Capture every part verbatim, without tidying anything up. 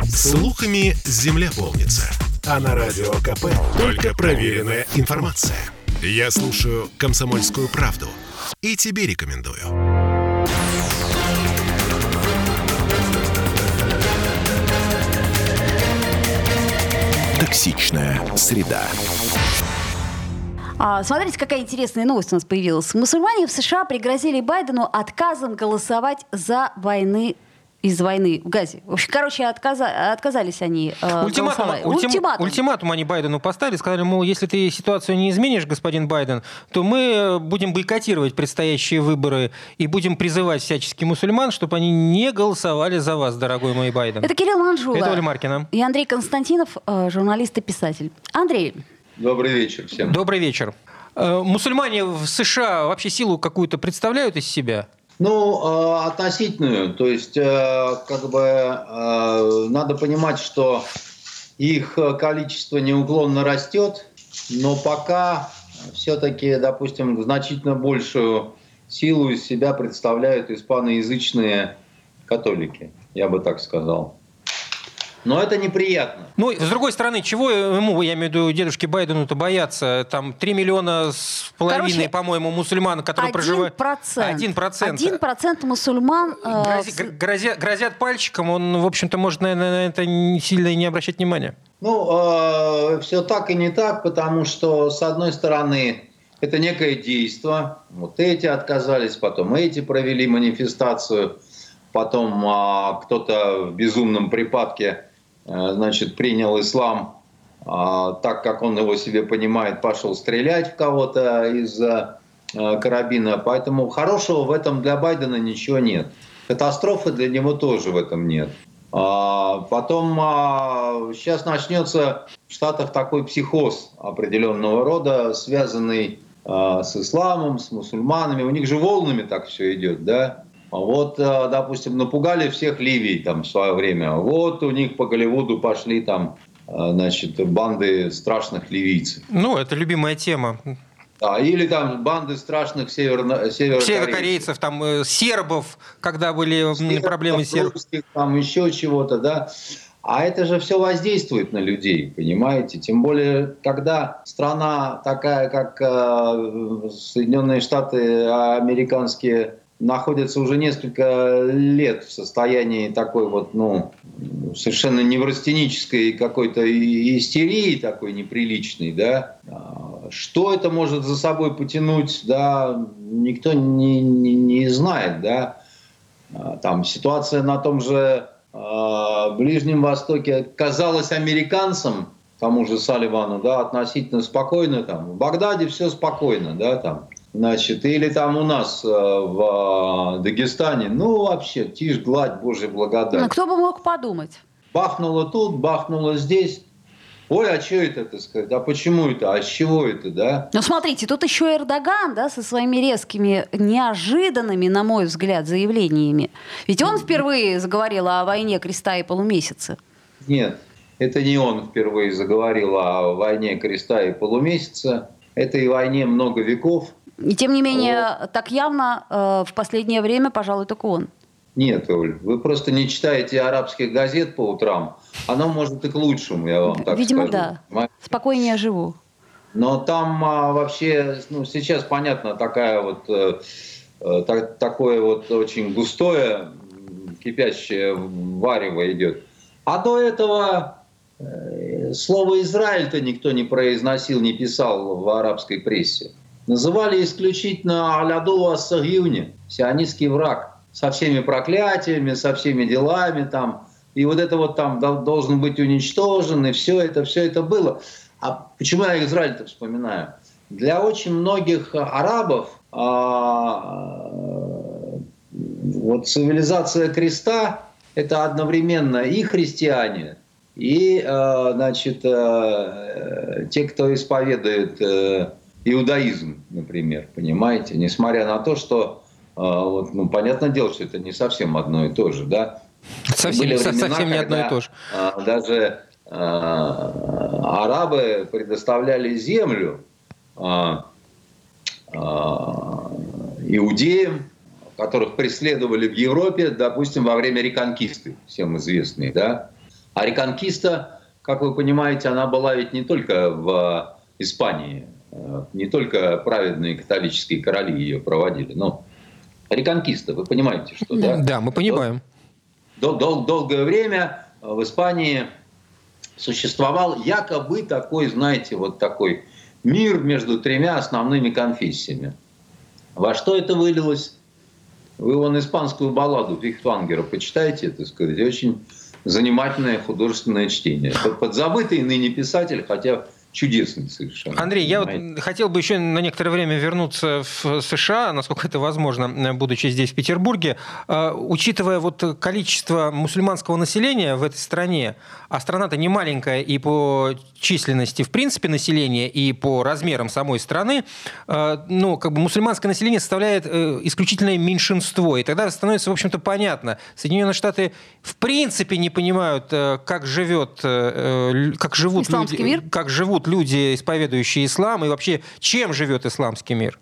Слухами земля полнится. А на Радио КП только проверенная информация. Я слушаю «Комсомольскую правду» и тебе рекомендую. Токсичная среда. А, смотрите, какая интересная новость у нас появилась. Мусульмане в США пригрозили Байдену отказом голосовать за войны из войны в Газе. В общем, короче, отказа... отказались они э, ультиматум, ультим... ультиматум. ультиматум они Байдену поставили, сказали, мол, если ты ситуацию не изменишь, господин Байден, то мы будем бойкотировать предстоящие выборы и будем призывать всячески мусульман, чтобы они не голосовали за вас, дорогой мой Байден. Это Кирилл Манжула. Это Оля Маркина. И Андрей Константинов, журналист и писатель. Андрей. Добрый вечер всем. Добрый вечер. Мусульмане в США вообще силу какую-то представляют из себя? Ну, относительную. То есть, как бы, надо понимать, что их количество неуклонно растет, но пока все-таки, допустим, значительно большую силу из себя представляют испаноязычные католики, я бы так сказал. Но это неприятно. Ну, с другой стороны, чего ему, я имею в виду дедушке Байдену-то бояться? Там три миллиона с половиной, Короче, по-моему, мусульман, которые проживают... Один процент. Один процент мусульман... Грози, э... грозят, грозят пальчиком, он, в общем-то, может, наверное, на это сильно и не обращать внимания. Ну, э, все так и не так, потому что, с одной стороны, это некое действо. Вот эти отказались, потом эти провели манифестацию, потом э, кто-то в безумном припадке значит, принял ислам а, так, как он его себе понимает, пошел стрелять в кого-то из а, карабина. Поэтому хорошего в этом для Байдена ничего нет. Катастрофы для него тоже в этом нет. А, потом а, сейчас начнется в Штатах такой психоз определенного рода, связанный а, с исламом, с мусульманами. У них же волнами так все идет, да? Вот, допустим, напугали всех Ливий там в свое время. Вот у них по Голливуду пошли там, значит, банды страшных ливийцев. Ну, это любимая тема. Да, или там банды страшных северно- северокорейцев. Северокорейцев, там э, сербов, когда были сербов, проблемы с сербами. Там еще чего-то, да. А это же все воздействует на людей, понимаете? Тем более, когда страна такая, как э, Соединенные Штаты американские, находится уже несколько лет в состоянии такой вот, ну, совершенно неврастенической какой-то истерии, такой неприличной, да. Что это может за собой потянуть, да, никто не, не, не знает, да. Там ситуация на том же э, Ближнем Востоке казалась американцам, тому же Салливану, да, относительно спокойно, там, в Багдаде все спокойно, да, там. Значит, или там у нас э, в э, Дагестане, ну вообще, тишь, гладь, Божья благодать. Ну, кто бы мог подумать? Бахнуло тут, бахнуло здесь. Ой, а что это, так сказать? А почему это? А с чего это, да? Ну, смотрите, тут еще Эрдоган, да, со своими резкими, неожиданными, на мой взгляд, заявлениями. Ведь он впервые заговорил о войне креста и полумесяца. Нет, это не он впервые заговорил о войне креста и полумесяца. Этой войне много веков. И тем не менее, вот. Так явно э, в последнее время, пожалуй, только он. Нет, Оль, вы просто не читаете арабских газет по утрам. Оно может и к лучшему, я вам так Видимо, скажу. да. Понимаете? Спокойнее живу. Но там а, вообще, ну, сейчас, понятно, такая вот, э, так, такое вот очень густое, кипящее варево идет. А до этого э, слово «Израиль»-то никто не произносил, не писал в арабской прессе. Называли исключительно «Алядулу ас-Сагиюни», сионистский враг, со всеми проклятиями, со всеми делами там. И вот это вот там должен быть уничтожен, и все это, все это было. А почему я Израиль-то вспоминаю? Для очень многих арабов а, вот цивилизация креста — это одновременно и христиане, и а, значит, а, те, кто исповедует а, иудаизм, например, понимаете? Несмотря на то, что, а, вот, ну, понятное дело, что это не совсем одно и то же, да? Совсем, времена, совсем не одно и то же. А, даже а, арабы предоставляли землю а, а, иудеям, которых преследовали в Европе, допустим, во время реконкисты, всем известной, да. А реконкиста, как вы понимаете, она была ведь не только в Испании, не только праведные католические короли ее проводили, но реконкиста, вы понимаете, что, да? Да, мы понимаем. Дол- дол- долгое время в Испании существовал якобы такой, знаете, вот такой мир между тремя основными конфессиями. Во что это вылилось? Вы вон испанскую балладу Фихтвангера почитайте, так сказать, очень занимательное художественное чтение. Подзабытый ныне писатель, хотя чудесный совершенно. Андрей, я вот хотел бы еще на некоторое время вернуться в США, насколько это возможно, будучи здесь, в Петербурге. Учитывая вот количество мусульманского населения в этой стране, а страна-то не маленькая и по численности, в принципе, населения, и по размерам самой страны, ну, как бы мусульманское население составляет исключительное меньшинство. И тогда становится, в общем-то, понятно. Соединенные Штаты в принципе не понимают, как живет, как живут исламский люди, мир? как живут люди, исповедующие ислам, и вообще, чем живет исламский мир?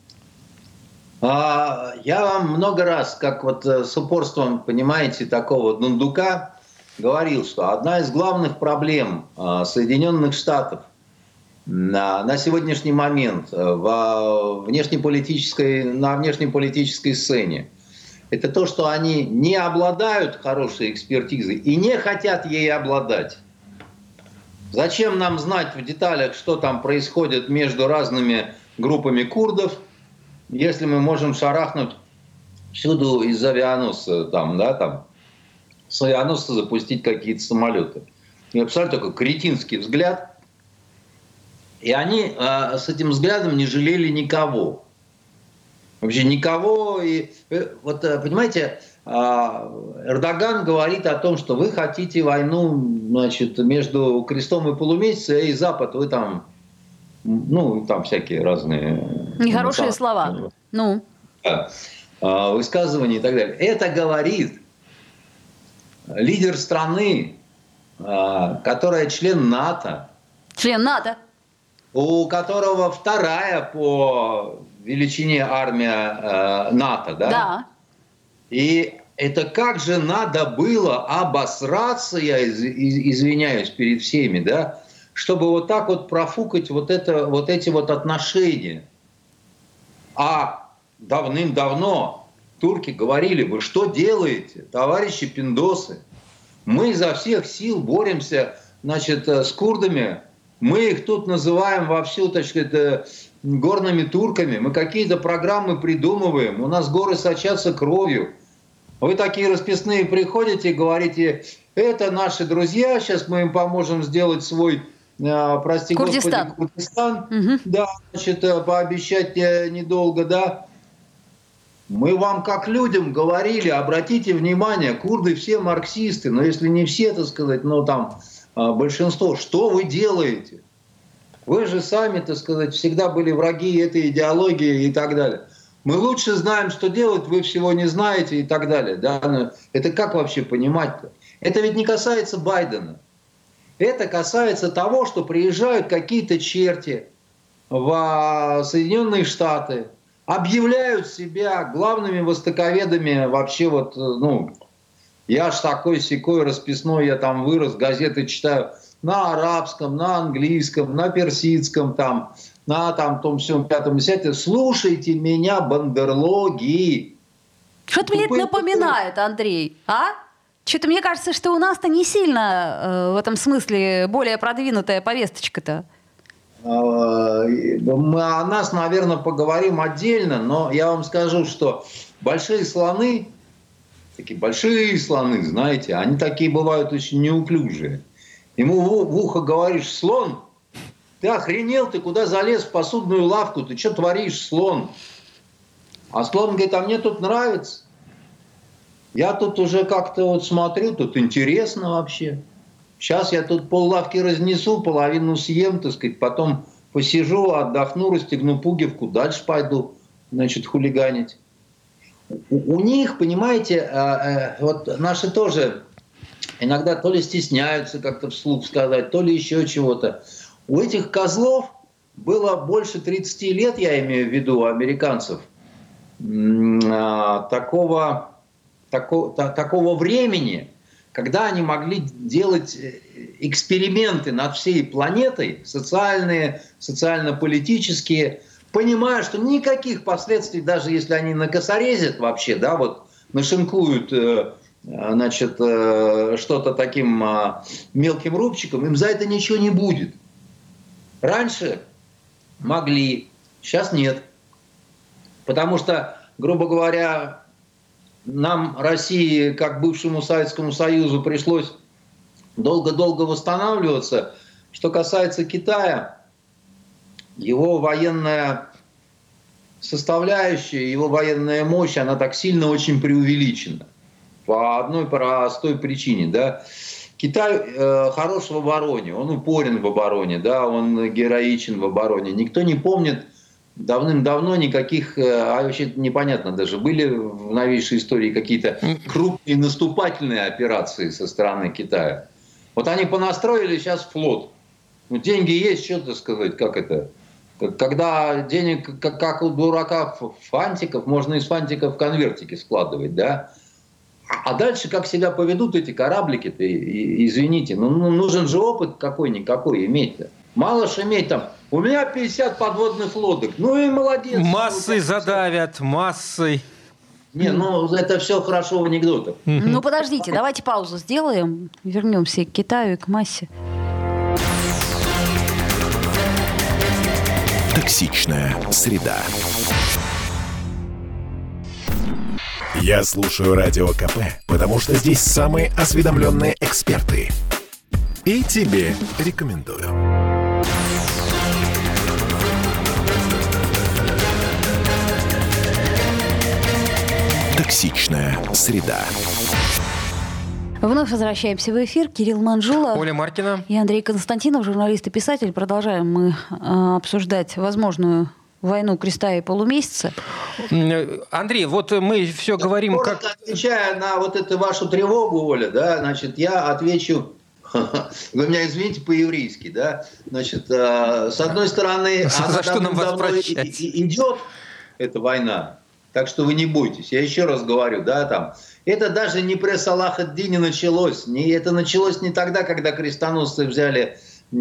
А, я вам много раз, как вот с упорством, понимаете, такого дундука, говорил, что одна из главных проблем Соединенных Штатов на, на сегодняшний момент в внешнеполитической, на внешнеполитической сцене это то, что они не обладают хорошей экспертизой и не хотят ей обладать. Зачем нам знать в деталях, что там происходит между разными группами курдов, если мы можем шарахнуть всюду из авианосца, там, да, там, с авианосца запустить какие-то самолеты. И абсолютно такой кретинский взгляд. И они э, с этим взглядом не жалели никого. Вообще никого. И, вот, понимаете, Эрдоган говорит о том, что вы хотите войну, значит, между крестом и полумесяцем, и Запад, вы там, ну, там всякие разные... Нехорошие слова. Ну. Да, высказывания и так далее. Это говорит лидер страны, которая член НАТО. Член НАТО. У которого вторая по величине армия НАТО, да? Да. И это как же надо было обосраться, я из, из, извиняюсь перед всеми, да, чтобы вот так вот профукать вот, это, вот эти вот отношения. А давным-давно турки говорили: вы что делаете, товарищи пиндосы? Мы изо всех сил боремся, значит, с курдами, мы их тут называем вовсю, так сказать, горными турками, мы какие-то программы придумываем, у нас горы сочатся кровью. Вы такие расписные приходите и говорите: это наши друзья, сейчас мы им поможем сделать свой, прости Курдистан. господи, Курдистан. Угу. Да, значит, пообещать недолго, да. Мы вам как людям говорили, обратите внимание, курды все марксисты, но если не все, так сказать, но там большинство, что вы делаете? Вы же сами, так сказать, всегда были враги этой идеологии и так далее. Мы лучше знаем, что делать, вы всего не знаете и так далее. Да? Это как вообще понимать-то? Это ведь не касается Байдена. Это касается того, что приезжают какие-то черти в Соединенные Штаты, объявляют себя главными востоковедами вообще вот, ну, я ж такой-сякой расписной, я там вырос, газеты читаю на арабском, на английском, на персидском, там, на там, том, всем, пятом, десятом. Слушайте меня, бандерлоги. Что-то мне это напоминает, Андрей, а? Что-то мне кажется, что у нас-то не сильно э, в этом смысле более продвинутая повесточка-то. Мы о нас, наверное, поговорим отдельно, но я вам скажу, что большие слоны, такие большие слоны, знаете, они такие бывают очень неуклюжие. Ему в ухо говоришь: слон, ты охренел, ты куда залез в посудную лавку, ты что творишь, слон? А слон говорит: а мне тут нравится. Я тут уже как-то вот смотрю, тут интересно вообще. Сейчас я тут пол-лавки разнесу, половину съем, так сказать, потом посижу, отдохну, расстегну пуговку, дальше пойду, значит, хулиганить. У, у них, понимаете, э, э, вот наши тоже иногда то ли стесняются как-то вслух сказать, то ли еще чего-то. У этих козлов было больше тридцати лет, я имею в виду, американцев, э, такого, такого, та, такого времени, когда они могли делать эксперименты над всей планетой, социальные, социально-политические, понимая, что никаких последствий, даже если они накосорезят вообще, да, вот нашинкуют, значит, что-то таким мелким рубчиком, им за это ничего не будет. Раньше могли, сейчас нет. Потому что, грубо говоря, нам, России, как бывшему Советскому Союзу, пришлось долго-долго восстанавливаться. Что касается Китая, его военная составляющая, его военная мощь, она так сильно очень преувеличена. По одной простой причине. Да? Китай э, хорош в обороне, он упорен в обороне, да? Он героичен в обороне. Никто не помнит давным-давно никаких, а вообще непонятно даже, были в новейшей истории какие-то крупные наступательные операции со стороны Китая. Вот они понастроили сейчас флот. Ну, деньги есть, что-то сказать, как это? Когда денег, как, как у дурака фантиков, можно из фантиков конвертики складывать, да? А дальше как себя поведут эти кораблики-то, извините, ну нужен же опыт какой-никакой иметь-то. Мало ж иметь там, у меня пятьдесят подводных лодок, ну и молодец. Массой задавят, массой. Не, ну это все хорошо в анекдотах. Ну подождите, давайте паузу сделаем, вернемся к Китаю и к массе. Токсичная среда. Я слушаю Радио КП, потому что здесь самые осведомленные эксперты. И тебе рекомендую. Токсичная среда. Вновь возвращаемся в эфир. Кирилл Манжула, Оля Маркина и Андрей Константинов, журналист и писатель. Продолжаем мы э, обсуждать возможную войну креста и полумесяца. Андрей, вот мы все говорим... Коротко как... отвечая на вот эту вашу тревогу, Оля, да, значит, я отвечу... Вы меня извините по-еврейски, да? Значит, э, с одной стороны, она За что нам вас прощать? идет, эта война, так что вы не бойтесь. Я еще раз говорю, да, там, это даже не при Салах ад-Дине началось. Не, это началось не тогда, когда крестоносцы взяли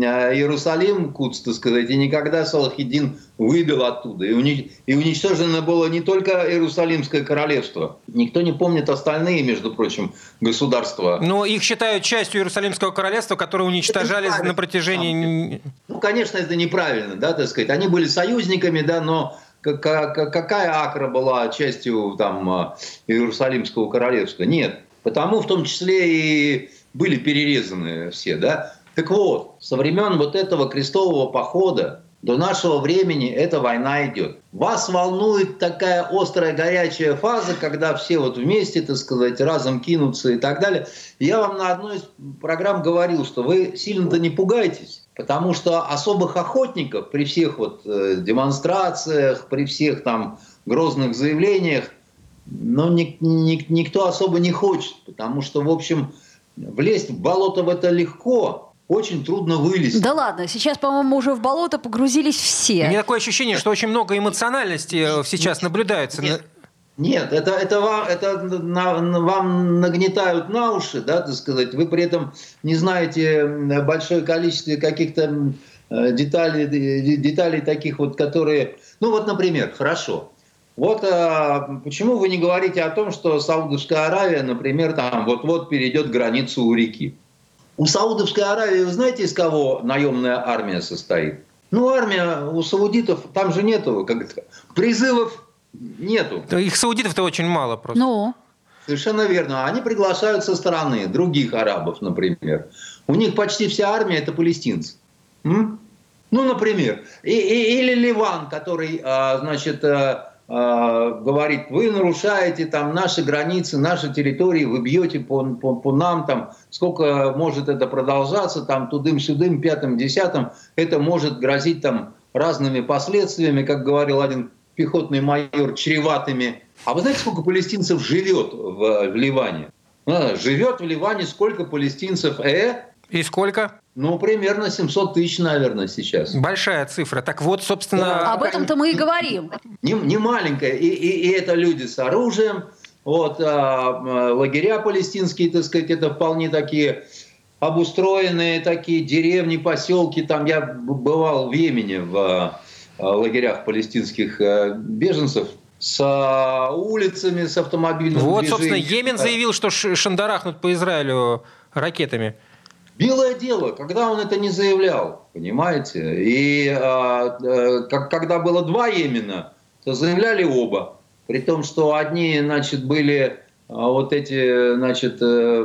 Иерусалим, Кудс, так сказать, и никогда Салах ад-Дин выбил оттуда. И, уни, и уничтожено было не только Иерусалимское королевство. Никто не помнит остальные, между прочим, государства. Но их считают частью Иерусалимского королевства, которое уничтожали на протяжении... Ну, конечно, это неправильно, да, так сказать. Они были союзниками, да, но... Какая Акра была частью там, Иерусалимского королевства? Нет. Потому в том числе и были перерезаны все. Да? Так вот, со времен вот этого крестового похода до нашего времени эта война идет. Вас волнует такая острая горячая фаза, когда все вот вместе, так сказать, разом кинутся и так далее. Я вам на одной из программ говорил, что вы сильно-то не пугайтесь. Потому что особых охотников при всех вот э, демонстрациях, при всех там грозных заявлениях, ну, ни, ни, никто особо не хочет. Потому что, в общем, влезть в болото в это легко, очень трудно вылезть. Да ладно, сейчас, по-моему, уже в болото погрузились все. У меня такое ощущение, что очень много эмоциональности сейчас наблюдается. Нет. Нет, это, это, вам, это на, вам нагнетают на уши, да, так сказать. Вы при этом не знаете большое количество каких-то деталей, деталей таких вот, которые... Ну вот, например, хорошо. Вот а, почему вы не говорите о том, что Саудовская Аравия, например, там вот-вот перейдет границу у реки? У Саудовской Аравии, вы знаете, из кого наемная армия состоит? Ну, армия у саудитов, там же нету как-то призывов. Нету. Их саудитов-то очень мало просто. Ну. Совершенно верно. Они приглашают со стороны других арабов, например. У них почти вся армия – это палестинцы. М? Ну, например. И, и, или Ливан, который, а, значит, а, а, говорит, вы нарушаете там наши границы, наши территории, вы бьете по, по, по нам, там, сколько может это продолжаться, там, тудым-сюдым, пятым-десятым. Это может грозить там разными последствиями, как говорил один пехотный майор, чреватыми. А вы знаете, сколько палестинцев живет в, в Ливане? А, живет в Ливане сколько палестинцев? Э? И сколько? Ну, примерно семьсот тысяч, наверное, сейчас. Большая цифра. Так вот, собственно... Да. Об этом-то мы и говорим. Не, не маленькая. И, и, и это люди с оружием, Вот, лагеря палестинские, так сказать, это вполне такие обустроенные такие деревни, поселки. Там я бывал в Йемене в лагерях палестинских беженцев с улицами, с автомобильным вот, движением. Вот, собственно, Йемен заявил, что шандарахнут по Израилю ракетами. Белое дело, когда он это не заявлял, понимаете? И а, а, когда было два Йемена, то заявляли оба. При том, что одни, значит, были а, вот эти, значит,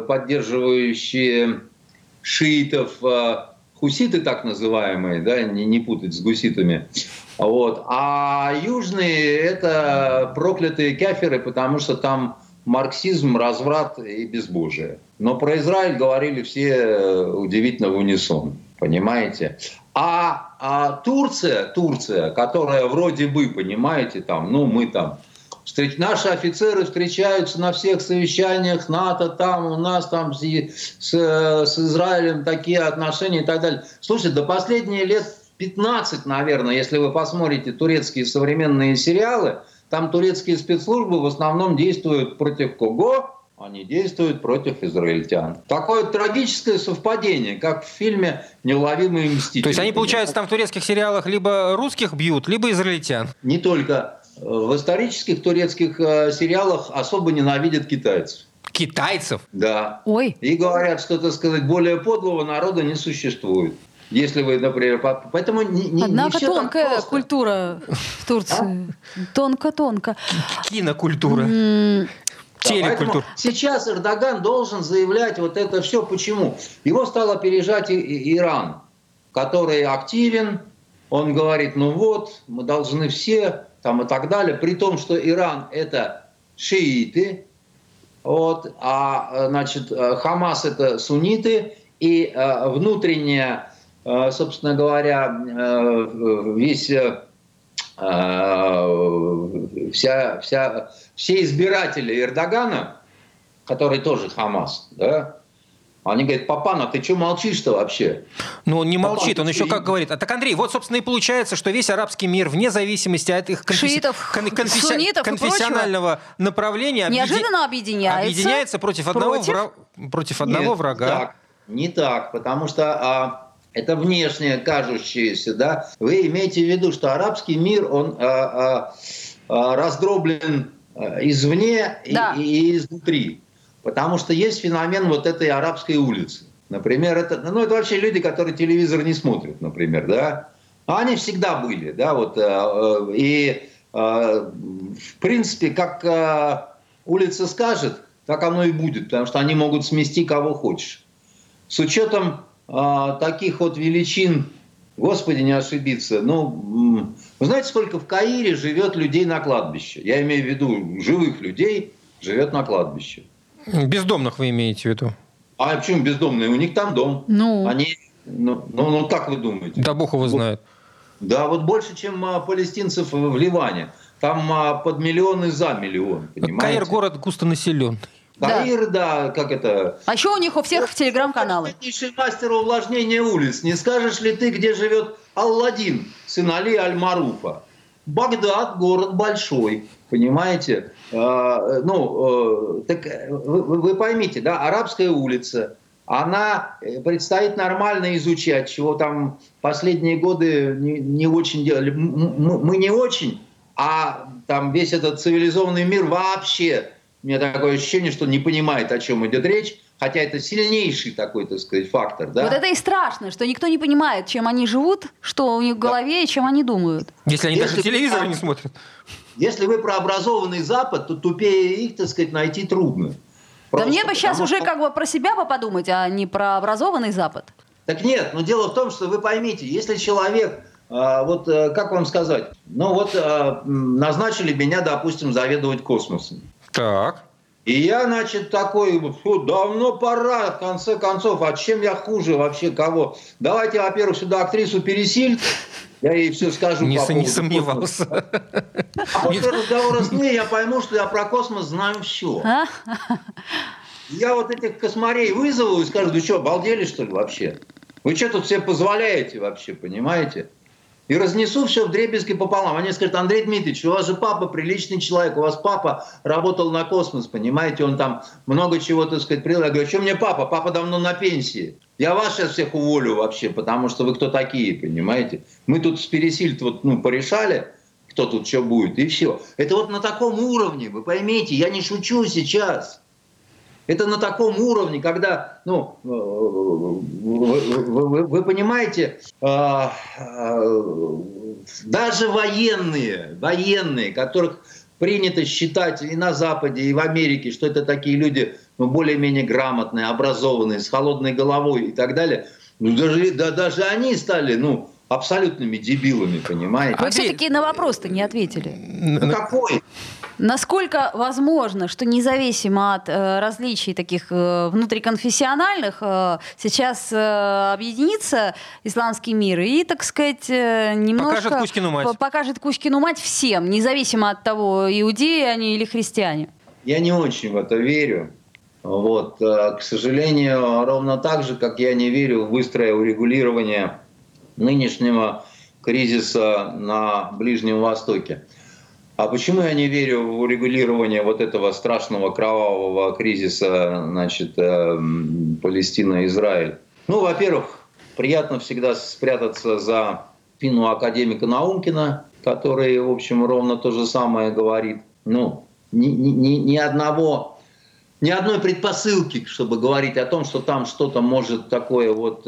поддерживающие шиитов, а, хуситы так называемые, да, не, не путать с гуситами. Вот. А южные – это проклятые кафиры, потому что там марксизм, разврат и безбожие. Но про Израиль говорили все удивительно в унисон, понимаете? А, а Турция, Турция, которая вроде бы, понимаете, там, ну мы там, встреч... наши офицеры встречаются на всех совещаниях НАТО, там у нас там с, с, с Израилем такие отношения и так далее. Слушайте, до последние лет пятнадцать, наверное, если вы посмотрите турецкие современные сериалы, там турецкие спецслужбы в основном действуют против кого? Они действуют против израильтян. Такое трагическое совпадение, как в фильме «Неуловимые мстители». То есть они, получается, там в турецких сериалах либо русских бьют, либо израильтян? Не только. В исторических турецких сериалах особо ненавидят китайцев. Китайцев? Да. Ой. И говорят, что, так сказать, более подлого народа не существует. Если вы, например, поэтому не, не, Однако не все тонкая так культура в Турции. А? Тонко-тонко. Кинокультура. М- Да, поэтому сейчас Эрдоган должен заявлять вот это все. Почему? Его стал опережать и, и Иран, который активен. Он говорит, ну вот, мы должны все, там и так далее. При том, что Иран это шииты, вот, а значит, Хамас это сунниты. И э, внутренняя, э, собственно говоря, э, весь... Вся, вся, все избиратели Эрдогана, которые тоже Хамас, да, они говорят, Папан, а ты что молчишь-то вообще? Ну, он не Папан, молчит, он еще шиит. как говорит. А так, Андрей, вот, собственно, и получается, что весь арабский мир, вне зависимости от их конфесси... шиитов, кон- конфесси... суннитов конфессионального направления, неожиданно объединяется, объединяется против одного, против... вра... против одного Нет, врага. Так, не так, потому что... А... Это внешнее, кажущееся, да. Вы имеете в виду, что арабский мир, он а, а, раздроблен извне да. и, и изнутри. Потому что есть феномен вот этой арабской улицы. Например, это, ну, это вообще люди, которые телевизор не смотрят, например, да. А они всегда были, да, вот. И, в принципе, как улица скажет, так оно и будет, потому что они могут смести кого хочешь. С учетом таких вот величин, Господи, не ошибиться. Ну, вы знаете, сколько в Каире живет людей на кладбище? Я имею в виду живых людей живет на кладбище. Бездомных вы имеете в виду? А почему бездомные? У них там дом. Ну, Они, ну, ну, ну как вы думаете? Да бог его знает. Да, вот больше, чем а, палестинцев в Ливане. Там а, под миллион и за миллион, понимаете? Каир город густонаселенный. Каир, да. да, как это... А еще у них у всех в телеграм-каналы. Опытнейший мастер увлажнения улиц. Не скажешь ли ты, где живет Алладин, сын Али Аль-Маруфа? Багдад, город большой, понимаете? А, ну, так вы, вы поймите, да, арабская улица, она предстоит нормально изучать, чего там последние годы не, не очень делали. Мы, мы не очень, а там весь этот цивилизованный мир вообще... У меня такое ощущение, что не понимает, о чем идет речь, хотя это сильнейший такой, так сказать, фактор. Да? Вот это и страшно, что никто не понимает, чем они живут, что у них в голове и чем они думают. Если они Если даже телевизор вы, не смотрят. Если вы про образованный Запад, то тупее их, так сказать, найти трудно. Просто да мне бы сейчас уже что... как бы про себя бы подумать, а не про образованный Запад. Так нет, но дело в том, что вы поймите, если человек, вот как вам сказать, ну вот назначили меня, допустим, заведовать космосом. Так. И я, значит, такой, фу, давно пора, в конце концов, а чем я хуже вообще кого? Давайте, во-первых, сюда актрису пересиль, я ей все скажу не, по поводу не сомневался. космоса. А после разговора с ней я пойму, что я про космос знаю все. А? Я вот этих космарей вызову и скажу, вы что, обалдели, что ли, вообще? Вы что тут себе позволяете вообще, понимаете? И разнесу все вдребезги пополам. Они скажут: Андрей Дмитриевич, у вас же папа приличный человек, у вас папа работал на космос, понимаете, он там много чего, так сказать, принял. Я говорю: что мне папа? Папа давно на пенсии. Я вас сейчас всех уволю вообще, потому что вы кто такие, понимаете? Мы тут с Пересильд вот, ну, порешали, кто тут что будет, и все. Это вот на таком уровне, вы поймите, я не шучу сейчас. Это на таком уровне, когда, ну, вы, вы, вы понимаете, э, э, даже военные, военные, которых принято считать и на Западе, и в Америке, что это такие люди, ну, более-менее грамотные, образованные, с холодной головой и так далее, ну, даже, да, даже они стали, ну, абсолютными дебилами, понимаете? Вы все-таки на вопрос-то не ответили. Ну, какой? Насколько возможно, что независимо от э, различий таких э, внутриконфессиональных, э, сейчас э, объединится исламский мир и, так сказать, э, немножко... Покажет Кузькину мать. Покажет Кузькину мать всем, независимо от того, иудеи они или христиане. Я не очень в это верю. Вот. К сожалению, ровно так же, как я не верю в быстрое урегулирование нынешнего кризиса на Ближнем Востоке. А почему я не верю в урегулирование вот этого страшного кровавого кризиса, значит, Палестина-Израиль? Ну, во-первых, приятно всегда спрятаться за спину академика Наумкина, который, в общем, ровно то же самое говорит. Ну, ни, ни, ни одного, ни одной предпосылки, чтобы говорить о том, что там что-то может такое вот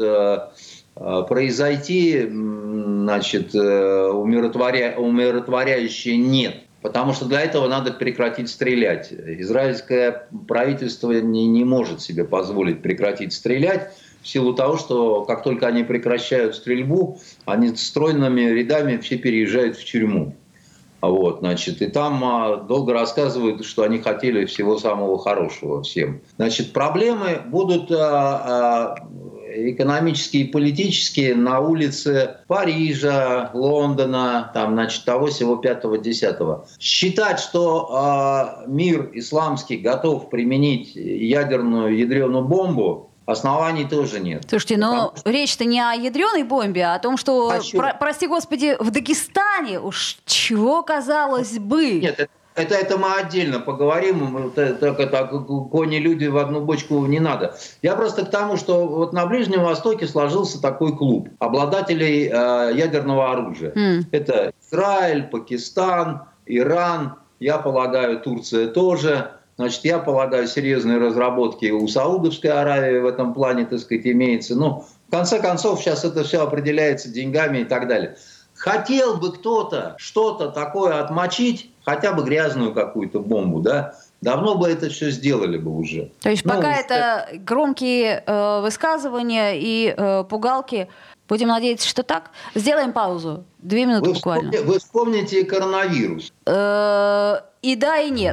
произойти, значит, умиротворя... умиротворяющее нет. Потому что для этого надо прекратить стрелять. Израильское правительство не, не может себе позволить прекратить стрелять в силу того, что как только они прекращают стрельбу, они стройными рядами все переезжают в тюрьму. Вот, значит, и там долго рассказывают, что они хотели всего самого хорошего всем. Значит, проблемы будут а, а, экономические и политические на улице Парижа, Лондона, там, значит, того всего пятого-десятого. Считать, что э, мир исламский готов применить ядерную ядреную бомбу, оснований тоже нет. Слушайте, но что... речь-то не о ядреной бомбе, а о том, что, а про, прости господи, в Дагестане уж чего казалось бы. Нет, это Это, это мы отдельно поговорим, так это кони-люди в одну бочку не надо. Я просто к тому, что вот на Ближнем Востоке сложился такой клуб обладателей э, ядерного оружия. Mm. Это Израиль, Пакистан, Иран, я полагаю, Турция тоже. Значит, я полагаю, серьезные разработки у Саудовской Аравии в этом плане, так сказать, имеется. Ну, в конце концов, сейчас это все определяется деньгами и так далее. Хотел бы кто-то что-то такое отмочить, хотя бы грязную какую-то бомбу, да, давно бы это все сделали бы уже. То есть ну, пока это громкие э, высказывания и э, пугалки, будем надеяться, что так. Сделаем паузу. Две минуты вы буквально. Вспомни, вы вспомните коронавирус. Э, и да, и нет.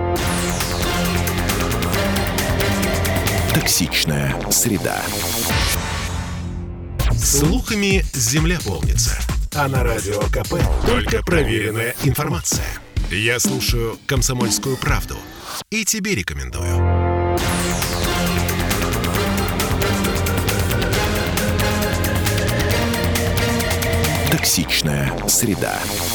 Токсичная среда. Слухами земля полнится. А на Радио КП только проверенная информация. Я слушаю «Комсомольскую правду» и тебе рекомендую. Токсичная среда.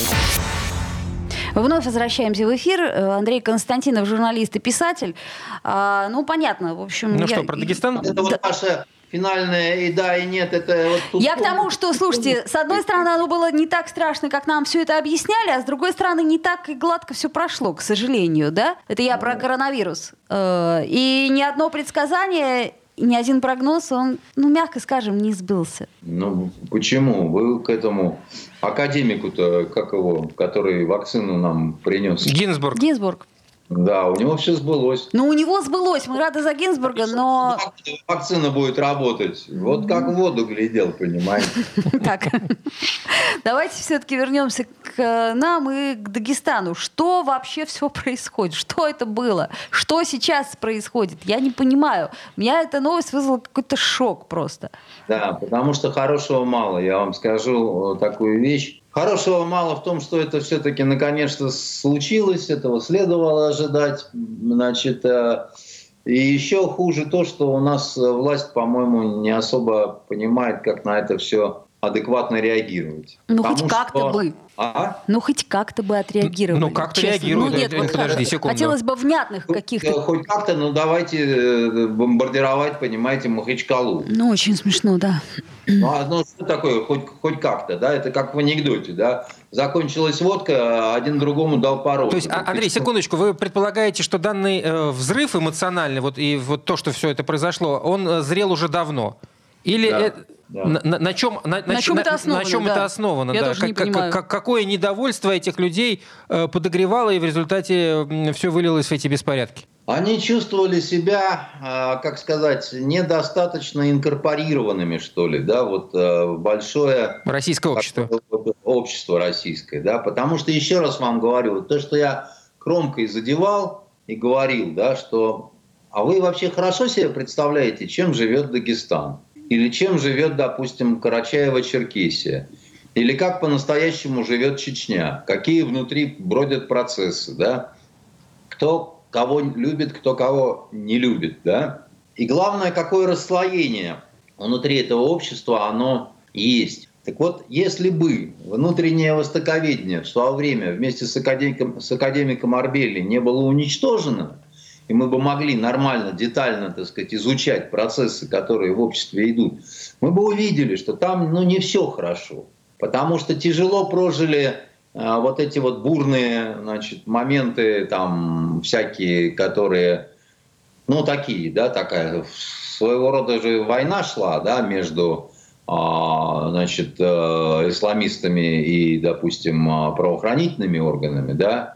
Вновь возвращаемся в эфир. Андрей Константинов, журналист и писатель. А, ну, понятно, в общем... Ну я... что, про Дагестан? Это вот наша... Финальное и да, и нет, это вот тут... Я к тому, что, слушайте, с одной стороны, оно было не так страшно, как нам все это объясняли, а с другой стороны, не так и гладко все прошло, к сожалению, да? Это я про коронавирус. И ни одно предсказание, ни один прогноз, он, ну, мягко скажем, не сбылся. Ну, почему? Вы к этому академику-то, как его, который вакцину нам принес? Гинзбург. Гинзбург. Да, у него все сбылось. Ну, у него сбылось, мы рады за Гинзбурга, но... Вакцина будет работать. Вот как в воду глядел, понимаете? Так, давайте все-таки вернемся к нам и к Дагестану. Что вообще все происходит? Что это было? Что сейчас происходит? Я не понимаю. У меня эта новость вызвала какой-то шок просто. Да, потому что хорошего мало. Я вам скажу такую вещь. Хорошего мало в том, что это все-таки наконец-то случилось, этого следовало ожидать. Значит, и еще хуже то, что у нас власть, по-моему, не особо понимает, как на это все адекватно реагировать. Ну, хоть как-то что... бы. А? Ну, хоть как-то бы отреагировали. Ну, как-то честно. реагируют. Ну, нет, вот, вот подожди секунду. Хотелось бы внятных каких-то... Хоть как-то, ну, давайте бомбардировать, понимаете, Махачкалу. Ну, очень смешно, да. Ну, а, ну что такое хоть, хоть как-то, да? Это как в анекдоте, да? Закончилась водка, один другому дал по роту. То есть, Андрей, секундочку, вы предполагаете, что данный э, взрыв эмоциональный, вот и вот то, что все это произошло, он э, зрел уже давно? Или да, это, да. На, на, на чем, на, на чем на, это основано? На чем да. это основано? Я да. тоже как, не понимаю. Как, какое недовольство этих людей э, подогревало, и в результате э, все вылилось в эти беспорядки? Они чувствовали себя, как сказать, недостаточно инкорпорированными, что ли, да, вот в большое... Российское общество. Общество российское, да, потому что, еще раз вам говорю, то, что я кромкой задевал и говорил, да, что... А вы вообще хорошо себе представляете, чем живет Дагестан? Или чем живет, допустим, Карачаево-Черкесия? Или как по-настоящему живет Чечня? Какие внутри бродят процессы, да? Кто кого любит, кто кого не любит, да? И главное, какое расслоение внутри этого общества оно есть. Так вот, если бы внутреннее востоковедение в свое время вместе с академиком, с академиком Арбелли не было уничтожено, и мы бы могли нормально, детально, так сказать, изучать процессы, которые в обществе идут, мы бы увидели, что там, ну, не все хорошо. Потому что тяжело прожили а, вот эти вот бурные, значит, моменты, там, всякие, которые, ну, такие, да, такая, своего рода же война шла, да, между, а, значит, исламистами и, допустим, правоохранительными органами, да.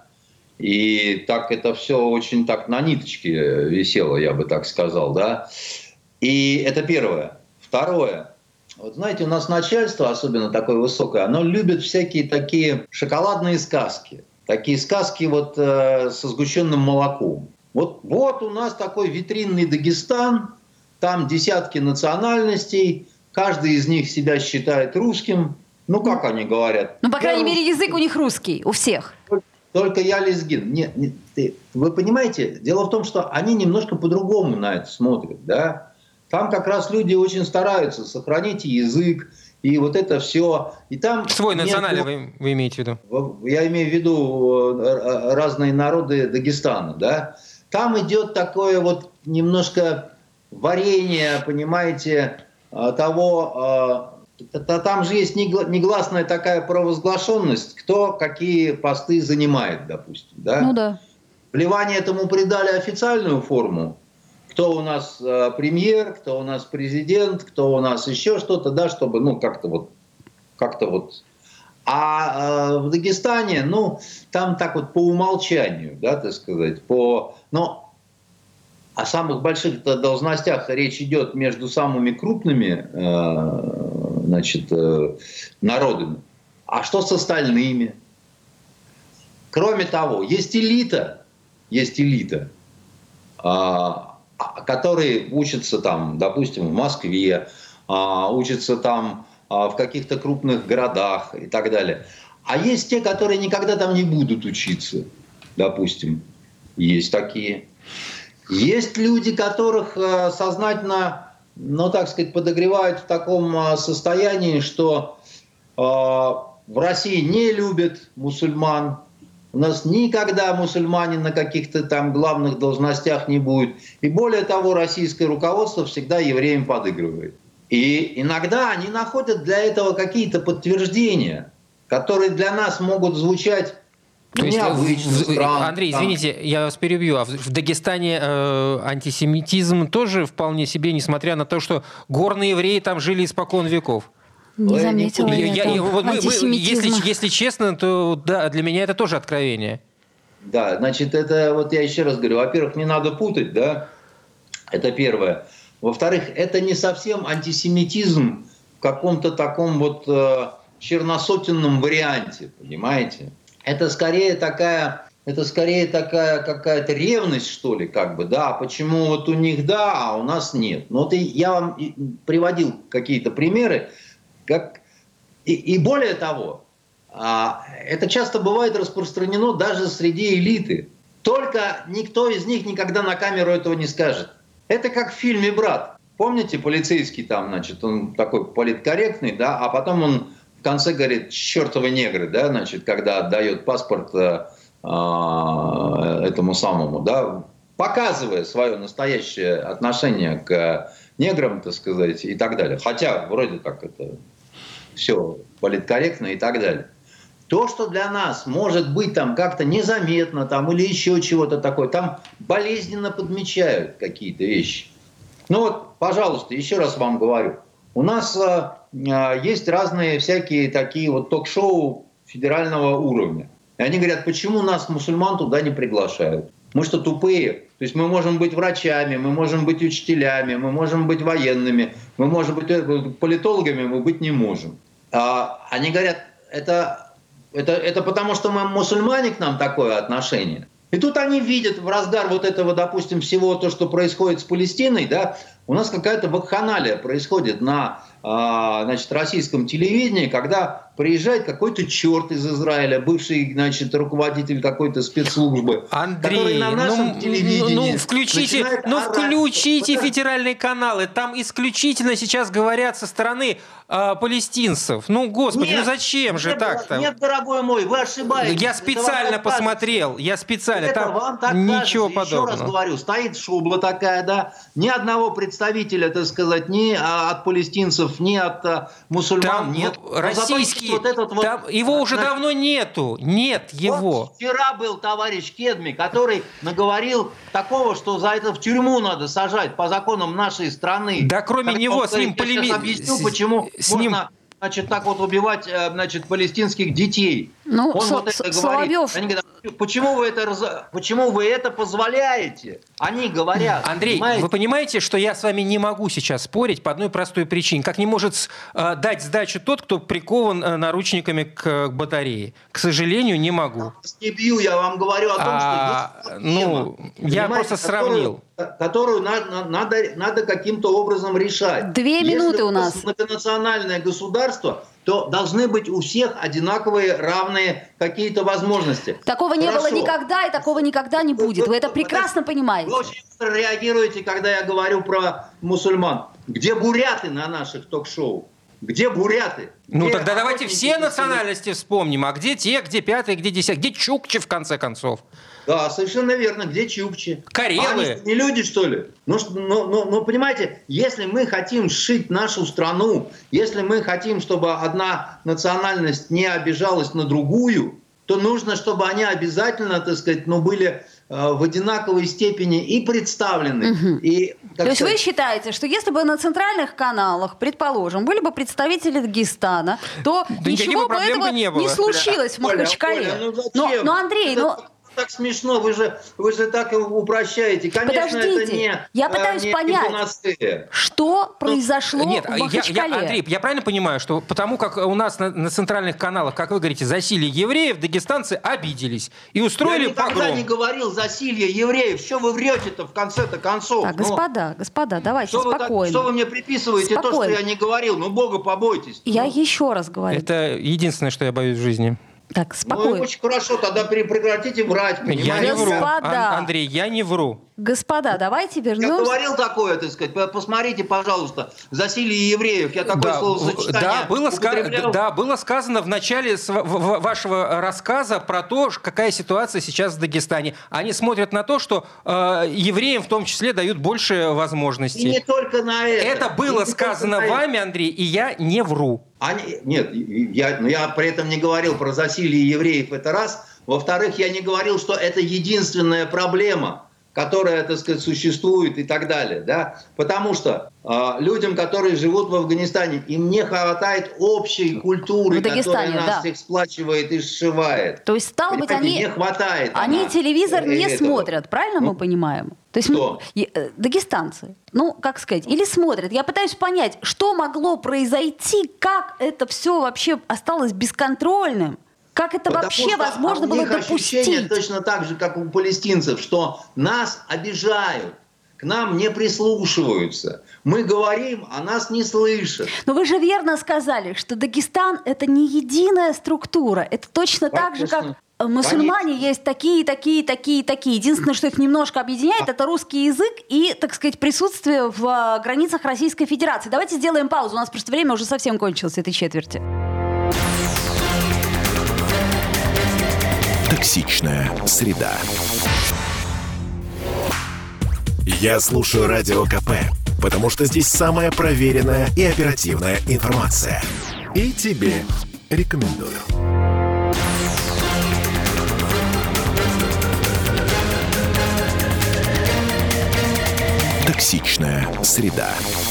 И так это все очень так на ниточке висело, я бы так сказал, да. И это первое. Второе. Вот знаете, у нас начальство, особенно такое высокое, оно любит всякие такие шоколадные сказки. Такие сказки вот э, со сгущенным молоком. Вот, вот у нас такой витринный Дагестан, там десятки национальностей, каждый из них себя считает русским. Ну, как они говорят? Ну, по крайней Я мере, язык у них русский, у всех. Только я лезгин. Нет, нет, ты, вы понимаете, дело в том, что они немножко по-другому на это смотрят, да? Там как раз люди очень стараются сохранить язык, и вот это все. И там свой национальный, нет, вы, вы имеете в виду? Я имею в виду разные народы Дагестана, да? Там идет такое вот немножко варенье, понимаете, того... Там же есть негласная такая провозглашенность, кто какие посты занимает, допустим. Да? Ну да. В Ливане этому придали официальную форму. Кто у нас э, премьер, кто у нас президент, кто у нас еще что-то, да, чтобы, ну, как-то вот, как-то вот. А э, в Дагестане, ну, там так вот по умолчанию, да, так сказать, по... Но о самых больших должностях речь идет между самыми крупными э, значит, э, народами. А что с остальными? Кроме того, есть элита, есть элита, э, которые учатся там, допустим, в Москве, э, учатся там э, в каких-то крупных городах и так далее. А есть те, которые никогда там не будут учиться, допустим. Есть такие. Есть люди, которых э, сознательно, ну, так сказать, подогревают в таком э, состоянии, что э, в России не любят мусульман. У нас никогда мусульмане на каких-то там главных должностях не будет. И более того, российское руководство всегда евреям подыгрывает. И иногда они находят для этого какие-то подтверждения, которые для нас могут звучать... То есть, необычно, странно. Андрей, извините, я вас перебью. А в, в Дагестане э, антисемитизм тоже вполне себе, несмотря на то, что горные евреи там жили испокон веков? Не заметила я, я, я вот мы, мы, если, если честно, то да, для меня это тоже откровение. Да, значит, это вот я еще раз говорю. Во-первых, не надо путать, да, это первое. Во-вторых, это не совсем антисемитизм в каком-то таком вот э, черносотенном варианте, понимаете? Это скорее такая, это скорее такая какая-то ревность, что ли, как бы, да, почему вот у них да, а у нас нет. Ну вот и я вам приводил какие-то примеры, как, и, и более того, а, это часто бывает распространено даже среди элиты. Только никто из них никогда на камеру этого не скажет. Это как в фильме «Брат». помните, полицейский там, значит, он такой политкорректный, да, а потом он в конце говорит, чертовы негры, да, значит, когда отдает паспорт э, э, этому самому, да, показывая свое настоящее отношение к неграм, так сказать, и так далее. Хотя вроде как это все политкорректно и так далее. То, что для нас может быть там как-то незаметно там, или еще чего-то такое, там болезненно подмечают какие-то вещи. Ну вот, пожалуйста, еще раз вам говорю. У нас э, есть разные всякие такие вот ток-шоу федерального уровня. И они говорят, почему нас, мусульман, туда не приглашают? Мы что, тупые? То есть мы можем быть врачами, мы можем быть учителями, мы можем быть военными, мы можем быть политологами, мы быть не можем. А они говорят, это, это, это потому, что мы мусульмане, к нам такое отношение. И тут они видят в разгар вот этого, допустим, всего то, что происходит с Палестиной, да, у нас какая-то вакханалия происходит на, значит, российском телевидении, когда приезжает какой-то черт из Израиля, бывший, значит, руководитель какой-то спецслужбы. Андрей, на нашем ну, телевидении ну, включите, ну, включите федеральные каналы, там исключительно сейчас говорят со стороны э, палестинцев. Ну, господи, нет, ну зачем же нет, так-то? Нет, дорогой мой, вы ошибаетесь. Я специально посмотрел, кажется. я специально, это там вам так ничего кажется. подобного. Еще раз говорю, стоит шубла такая, да, ни одного представителя, так сказать, ни от палестинцев, ни от а, мусульман там нет. Российский, вот этот вот, там, его уже значит, давно нету, нет его. Вот вчера был товарищ Кедми, который наговорил такого, что за это в тюрьму надо сажать по законам нашей страны. Да кроме Когда него он, с ним полемизировать. Я объясню, почему с можно... Ним... Значит, так вот убивать, значит, палестинских детей. Ну, Он с- вот это с- говорит. Соловьев... Они говорят, почему вы это, раз... почему вы это позволяете? Они говорят. Андрей, понимаете? Вы понимаете, что я с вами не могу сейчас спорить по одной простой причине. Как не может э, дать сдачу тот, кто прикован э, наручниками к, к батарее. К сожалению, не могу. Не бью, я вам говорю о том, а, что есть ну, тема, я просто сравнил. Которую, которую надо, надо, надо каким-то образом решать. Две Если минуты у нас. Многонациональное государство, то должны быть у всех одинаковые, равные какие-то возможности. Такого не Хорошо. было никогда, и такого никогда не будет. Вы это прекрасно понимаете. Вы очень быстро реагируете, когда я говорю про мусульман. Где буряты на наших ток-шоу? Где буряты? Ну где тогда давайте все национальности вспомним. А где те, где пятые, где десятые? Где чукчи, в конце концов? Да, совершенно верно. Где чукчи? Карелы. А они не люди, что ли? Ну, ну, ну, ну, понимаете, если мы хотим сшить нашу страну, если мы хотим, чтобы одна национальность не обижалась на другую, то нужно, чтобы они обязательно, так сказать, ну, были э, в одинаковой степени и представлены. Угу. И, то есть сказать, вы считаете, что если бы на центральных каналах, предположим, были бы представители Дагестана, то да ничего бы этого не, не случилось в Махачкале. Оля, ну но, но, Андрей, это... ну... так смешно, вы же, вы же так упрощаете. Конечно, Подождите, это не, я пытаюсь не понять, панацея. Что произошло Нет, в Махачкале? Я, я, Андрей, я правильно понимаю, что потому как у нас на, на центральных каналах, как вы говорите, засилие евреев, дагестанцы обиделись и устроили я никогда погром. не говорил засилье евреев. Что вы врете-то в конце-то концов? Так, ну, господа, господа, давайте что спокойно. Вы, что вы мне приписываете спокойно. То, что я не говорил? Ну, Бога побойтесь. Я ну. еще раз говорю. Это единственное, что я боюсь в жизни. Так, спокойно. Ну, очень хорошо, тогда прекратите врать, понимаете? Я не вру. Господа. Ан- Андрей, я не вру. Господа, давайте вернемся. Я говорил такое, так сказать. Посмотрите, пожалуйста, засилие евреев. Я такое да, словосочетание да, было употреблял. ска- да, было сказано в начале св- в- вашего рассказа про то, какая ситуация сейчас в Дагестане. Они смотрят на то, что э, евреям в том числе дают больше возможностей. И не только на это. Это было сказано вами, Андрей, и я не вру. Они, нет, я, я при этом не говорил про засилие евреев, это раз. Во-вторых, я не говорил, что это единственная проблема, которая, так сказать, существует и так далее. Да? Потому что э, людям, которые живут в Афганистане, им не хватает общей культуры, которая нас да. их сплачивает и сшивает. То есть, стало быть, они, не хватает они она, телевизор не этого. смотрят, правильно ну, мы понимаем? То есть кто? Мы, дагестанцы, ну, как сказать, или смотрят. Я пытаюсь понять, что могло произойти, как это все вообще осталось бесконтрольным. Как это Потому вообще что возможно у было них допустить? Ощущение точно так же, как у палестинцев, что нас обижают, к нам не прислушиваются. Мы говорим, а нас не слышат. Но вы же верно сказали, что Дагестан – это не единая структура. Это точно так, так же, как Мусульмане Конечно. есть такие, такие, такие, такие. Единственное, что их немножко объединяет, это русский язык и, так сказать, присутствие в а, границах Российской Федерации. Давайте сделаем паузу. У нас просто время уже совсем кончилось этой четверти. Токсичная среда. Я слушаю Радио КП, потому что здесь самая проверенная и оперативная информация. И тебе рекомендую. Токсичная среда.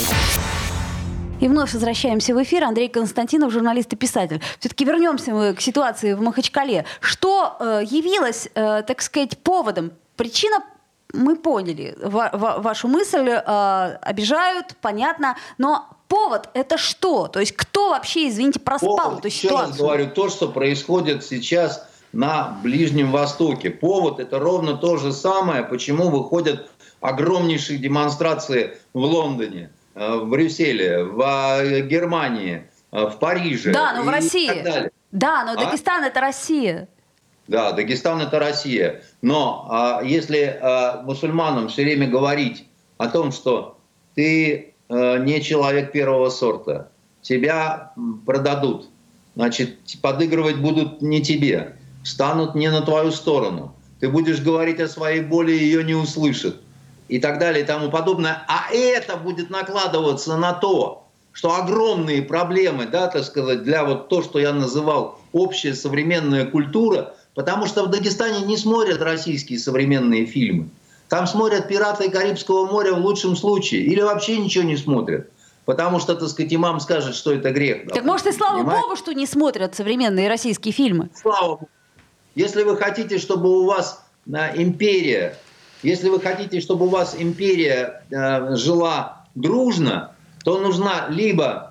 И вновь возвращаемся в эфир. Андрей Константинов, журналист и писатель. Все-таки вернемся мы к ситуации в Махачкале. Что э, явилось, э, так сказать, поводом? Причина, мы поняли ва- ва- вашу мысль, э, обижают, понятно, но повод это что? То есть кто вообще, извините, проспал Повод, эту еще ситуацию? раз говорю, то, что происходит сейчас на Ближнем Востоке. Повод это ровно то же самое, почему выходят огромнейшие демонстрации в Лондоне, в Брюсселе, в Германии, в Париже. Да, но в и России. так далее. Да, но А? Дагестан это Россия. Да, Дагестан это Россия. Но а, если а, мусульманам все время говорить о том, что ты а, не человек первого сорта, тебя продадут, значит, подыгрывать будут не тебе, станут не на твою сторону, ты будешь говорить о своей боли, ее не услышат, и так далее и тому подобное. А это будет накладываться на то, что огромные проблемы, да, так сказать, для вот то, что я называл общая современная культура, потому что в Дагестане не смотрят российские современные фильмы. Там смотрят «Пираты Карибского моря» в лучшем случае, или вообще ничего не смотрят. Потому что, так сказать, имам скажет, что это грех. Так допустим, может и слава понимаете? Богу, что не смотрят современные российские фильмы. Слава Богу. Если вы хотите, чтобы у вас а, империя, если вы хотите, чтобы у вас империя а, жила дружно, то нужна либо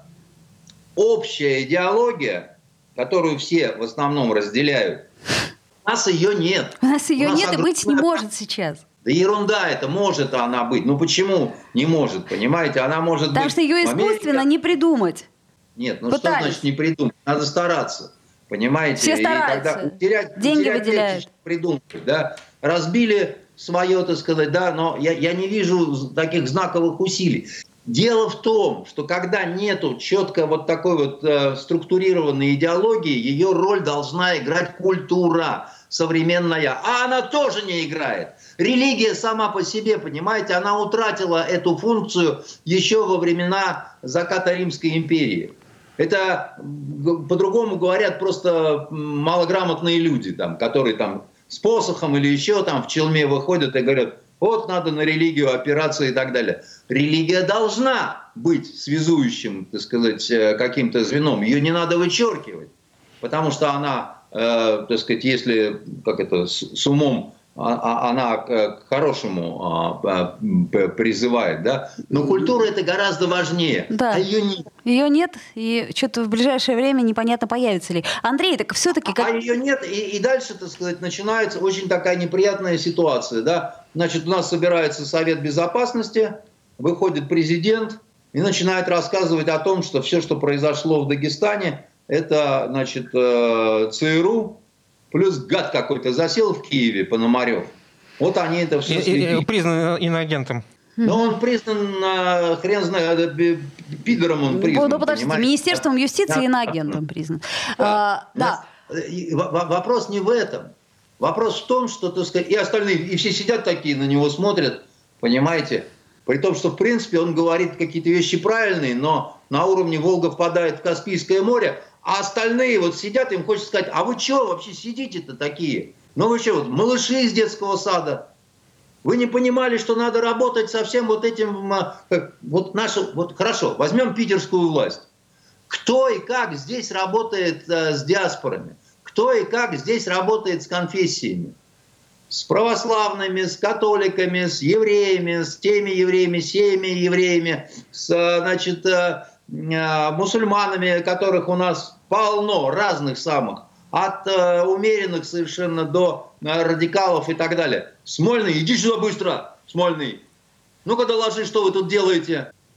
общая идеология, которую все в основном разделяют. У нас ее нет. У нас ее у нас нет огромная... и быть не может сейчас. Да ерунда это, может она быть. Ну почему не может, понимаете? Она может Потому быть... что ее искусственно не придумать. Нет, ну Пытались. Что значит не придумать? Надо стараться, понимаете? Все стараются. И тогда утерять, деньги утерять выделяют. легче, придумать, да? Разбили свое, так сказать, да, но я, я не вижу таких знаковых усилий. Дело в том, что когда нету четко вот такой вот э, структурированной идеологии, ее роль должна играть культура современная, а она тоже не играет. Религия сама по себе, понимаете, она утратила эту функцию еще во времена заката Римской империи. Это, по-другому говорят, просто малограмотные люди, там, которые там с посохом или еще там в челме выходят и говорят: вот надо на религию опираться и так далее. Религия должна быть связующим, так сказать, каким-то звеном. Ее не надо вычеркивать, потому что она, э, так сказать, если как это, с, с умом, а, она к хорошему а, призывает, да. Но культура это гораздо важнее, да. А ее нет. Ее нет, и что-то в ближайшее время непонятно, появится ли. Андрей, так все-таки... Как... А ее нет, и, и дальше, так сказать, начинается очень такая неприятная ситуация, да. Значит, у нас собирается Совет Безопасности, выходит президент и начинает рассказывать о том, что все, что произошло в Дагестане, это, значит, ЦРУ, плюс гад какой-то засел в Киеве, Пономарев. Вот они это все следили. Признан иноагентом. Но он признан, хрен знает, пидором он признан. Ну, подождите, понимаете? Министерством юстиции да. иноагентом признан. Да. А, да. Вопрос не в этом. Вопрос в том, что, так сказать, и остальные, и все сидят такие, на него смотрят, понимаете? При том, что, в принципе, он говорит какие-то вещи правильные, но на уровне Волга впадает в Каспийское море, а остальные вот сидят, им хочется сказать: а вы что вообще сидите-то такие? Ну вы что, вот, малыши из детского сада? Вы не понимали, что надо работать со всем вот этим, как, вот нашу, вот хорошо, возьмем питерскую власть. Кто и как здесь работает э, с диаспорами? Кто и как здесь работает с конфессиями? С православными, с католиками, с евреями, с теми евреями, с теми евреями, с, значит, э, э, мусульманами, которых у нас полно, разных самых, от э, умеренных совершенно до э, радикалов и так далее. Смольный, иди сюда быстро, Смольный. Ну-ка доложи, что вы тут делаете.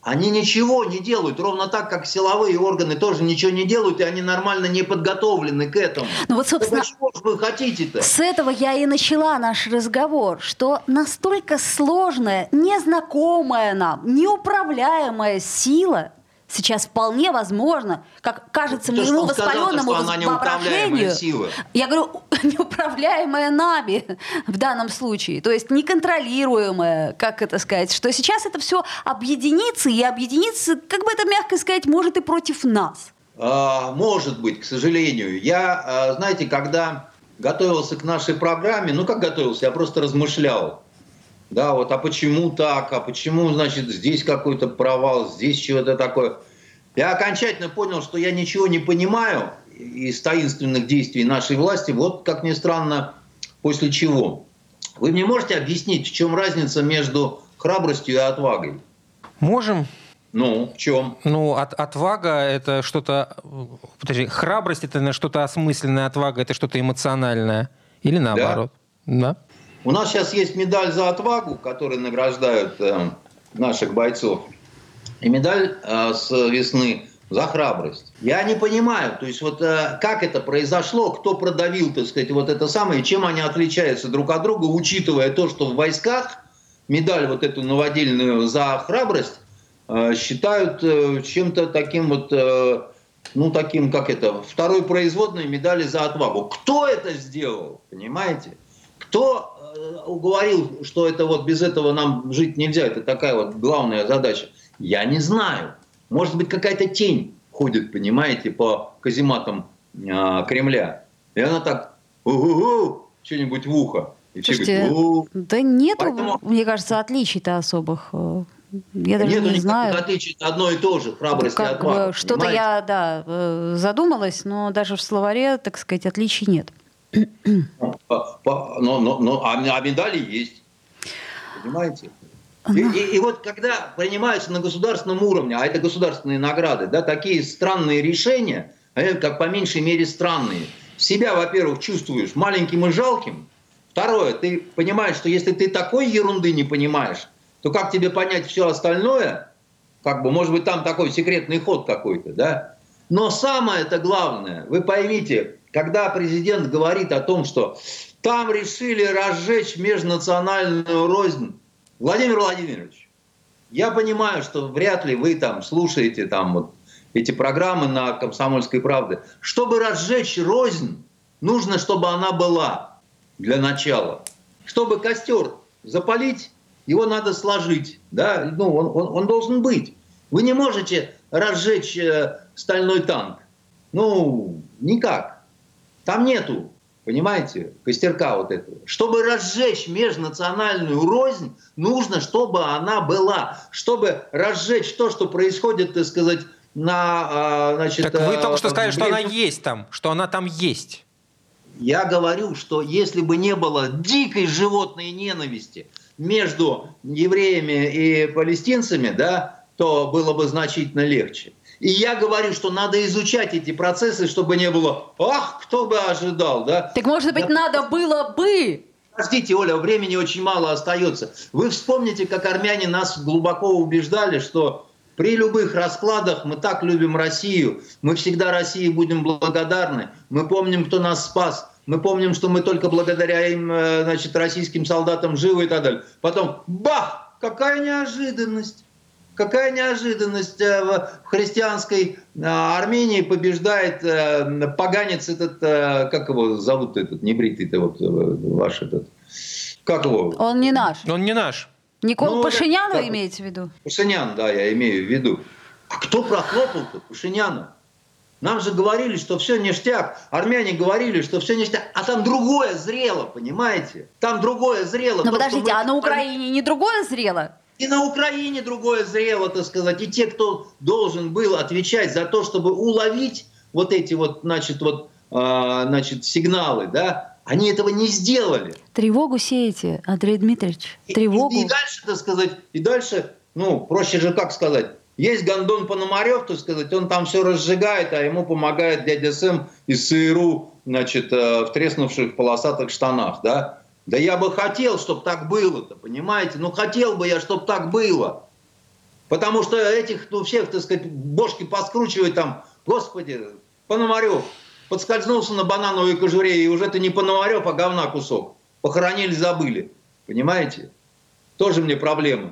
Они ничего не делают, ровно так, как силовые органы тоже ничего не делают, и они нормально не подготовлены к этому. Ну вот, собственно, чего же вы хотите-то? С этого я и начала наш разговор, что настолько сложная, незнакомая нам, неуправляемая сила сейчас вполне возможно, как кажется То, моему он воспаленному сказал, что она воображению, сила. я говорю, неуправляемая нами в данном случае, то есть неконтролируемая, как это сказать, что сейчас это все объединится, и объединится, как бы это мягко сказать, может и против нас. А, может быть, к сожалению. Я, знаете, когда готовился к нашей программе, ну как готовился, я просто размышлял. Да, вот, а почему так, а почему, значит, здесь какой-то провал, здесь чего-то такое. Я окончательно понял, что я ничего не понимаю из таинственных действий нашей власти, вот, как ни странно, после чего. Вы мне можете объяснить, в чем разница между храбростью и отвагой? Можем. Ну, в чем? Ну, от, отвага – это что-то... Подожди, храбрость – это что-то осмысленное, отвага – это что-то эмоциональное. Или наоборот. Да. да. У нас сейчас есть медаль за отвагу, которой награждают э, наших бойцов, и медаль э, с весны за храбрость. Я не понимаю, то есть вот э, как это произошло, кто продавил, так сказать, вот это самое, чем они отличаются друг от друга, учитывая то, что в войсках медаль вот эту новодельную за храбрость э, считают э, чем-то таким вот, э, ну таким, как это, второй производной медали за отвагу. Кто это сделал, понимаете? Кто уговорил, что это вот без этого нам жить нельзя, это такая вот главная задача? Я не знаю. Может быть, какая-то тень ходит, понимаете, по казематам э, Кремля. И она так у-у-у, что-нибудь в ухо. И Слушайте, все говорят, да нету, Поэтому... мне кажется, отличий-то особых. Я даже Нету не знаю. отличий, одно и то же, храбрость и отвага. Что-то я, да, задумалась, но даже в словаре, так сказать, отличий нет. Но, но, но, а, а медали есть. Понимаете? И, и, и вот когда принимаются на государственном уровне, а это государственные награды, да, такие странные решения, они как по меньшей мере странные. Себя, во-первых, чувствуешь маленьким и жалким. Второе, ты понимаешь, что если ты такой ерунды не понимаешь, то как тебе понять все остальное? Как бы, может быть, там такой секретный ход какой-то, да? Но самое-то главное, вы поймите, когда президент говорит о том, что там решили разжечь межнациональную рознь, Владимир Владимирович, я понимаю, что вряд ли вы там слушаете там вот эти программы на «Комсомольской правде». Чтобы разжечь рознь, нужно, чтобы она была для начала. Чтобы костер запалить, его надо сложить, да, ну, он, он, он должен быть. Вы не можете разжечь э, стальной танк. Ну, никак. Там нету, понимаете, костерка вот этого. Чтобы разжечь межнациональную рознь, нужно, чтобы она была. Чтобы разжечь то, что происходит, так сказать, на... Значит, так вы только что э, сказали, что она есть там, что она там есть. Я говорю, что если бы не было дикой животной ненависти между евреями и палестинцами, да, то было бы значительно легче. И я говорю, что надо изучать эти процессы, чтобы не было «ах, кто бы ожидал». Да? Так может быть, да, надо было бы... Подождите, Оля, времени очень мало остается. Вы вспомните, как армяне нас глубоко убеждали, что при любых раскладах мы так любим Россию, мы всегда России будем благодарны, мы помним, кто нас спас, мы помним, что мы только благодаря им, значит, российским солдатам живы и так далее. Потом бах! Какая неожиданность! Какая неожиданность, в христианской Армении побеждает поганец этот, как его зовут этот, небритый-то вот ваш этот, как его? Он не наш. Он не наш. Никол ну, Пашинян вы как... имеете в виду? Пашинян, да, я имею в виду. А кто прохлопал-то Пашиняна? Нам же говорили, что все ништяк. Армяне говорили, что все ништяк. А там другое зрело, понимаете? Там другое зрело. Но то, подождите, мы... а на Украине не другое зрело? И на Украине другое зрело, так сказать. И те, кто должен был отвечать за то, чтобы уловить вот эти вот, значит, вот, э, значит, сигналы, да, они этого не сделали. Тревогу сеете, Андрей Дмитриевич, тревогу. И, и дальше, так сказать, и дальше, ну, проще же как сказать, есть Гондон Пономарев, так сказать, он там все разжигает, а ему помогает дядя Сэм из ЦРУ, значит, э, в треснувших полосатых штанах, да. Да я бы хотел, чтобы так было-то, понимаете? Ну, хотел бы я, чтобы так было. Потому что этих, ну, всех, так сказать, бошки поскручивают там, господи, Пономарев подскользнулся на банановой кожуре, и уже это не Пономарев, а говна кусок. Похоронили, забыли. Понимаете? Тоже мне проблема.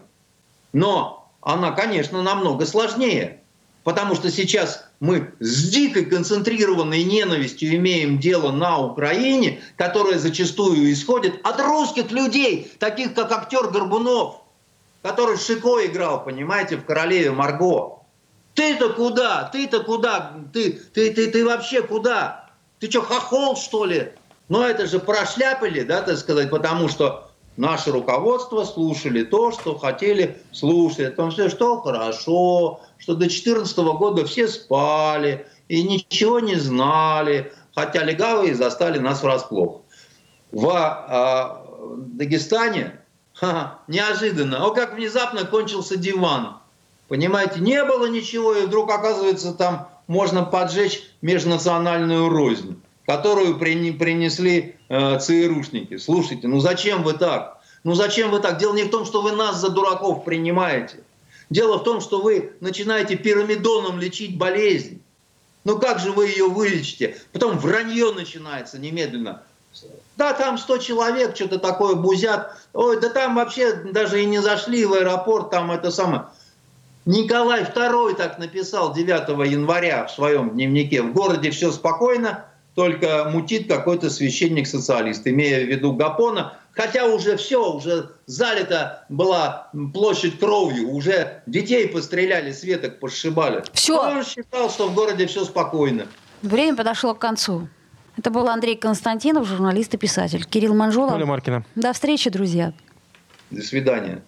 Но она, конечно, намного сложнее. Потому что сейчас мы с дикой концентрированной ненавистью имеем дело на Украине, которая зачастую исходит от русских людей, таких как актер Горбунов, который Шико играл, понимаете, в «Королеве Марго». Ты-то куда? Ты-то куда? Ты, ты, ты, ты вообще куда? Ты что, хохол, что ли? Но это же прошляпали, да, так сказать, потому что наше руководство слушали то, что хотели слушать. О том, что хорошо, что до две тысячи четырнадцатого года все спали и ничего не знали, хотя легавые застали нас врасплох. В а, Дагестане ха, неожиданно, о, как внезапно кончился диван. Понимаете, не было ничего, и вдруг, оказывается, там можно поджечь межнациональную рознь, которую принесли э, ЦРУшники. Слушайте, ну зачем вы так? Ну зачем вы так? Дело не в том, что вы нас за дураков принимаете. Дело в том, что вы начинаете пирамидоном лечить болезнь. Ну как же вы ее вылечите? Потом вранье начинается немедленно. Да, там сто человек, что-то такое бузят. Ой, да там вообще даже и не зашли в аэропорт, там это самое. Николай второй так написал девятого января в своем дневнике. В городе все спокойно, только мутит какой-то священник-социалист, имея в виду Гапона. Хотя уже все, уже залита была площадь кровью, уже детей постреляли, светок посшибали. Все. Он считал, что в городе все спокойно. Время подошло к концу. Это был Андрей Константинов, журналист и писатель. Кирилл Манжула. Оля Маркина. До встречи, друзья. До свидания.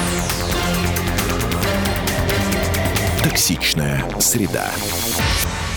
Токсичная среда.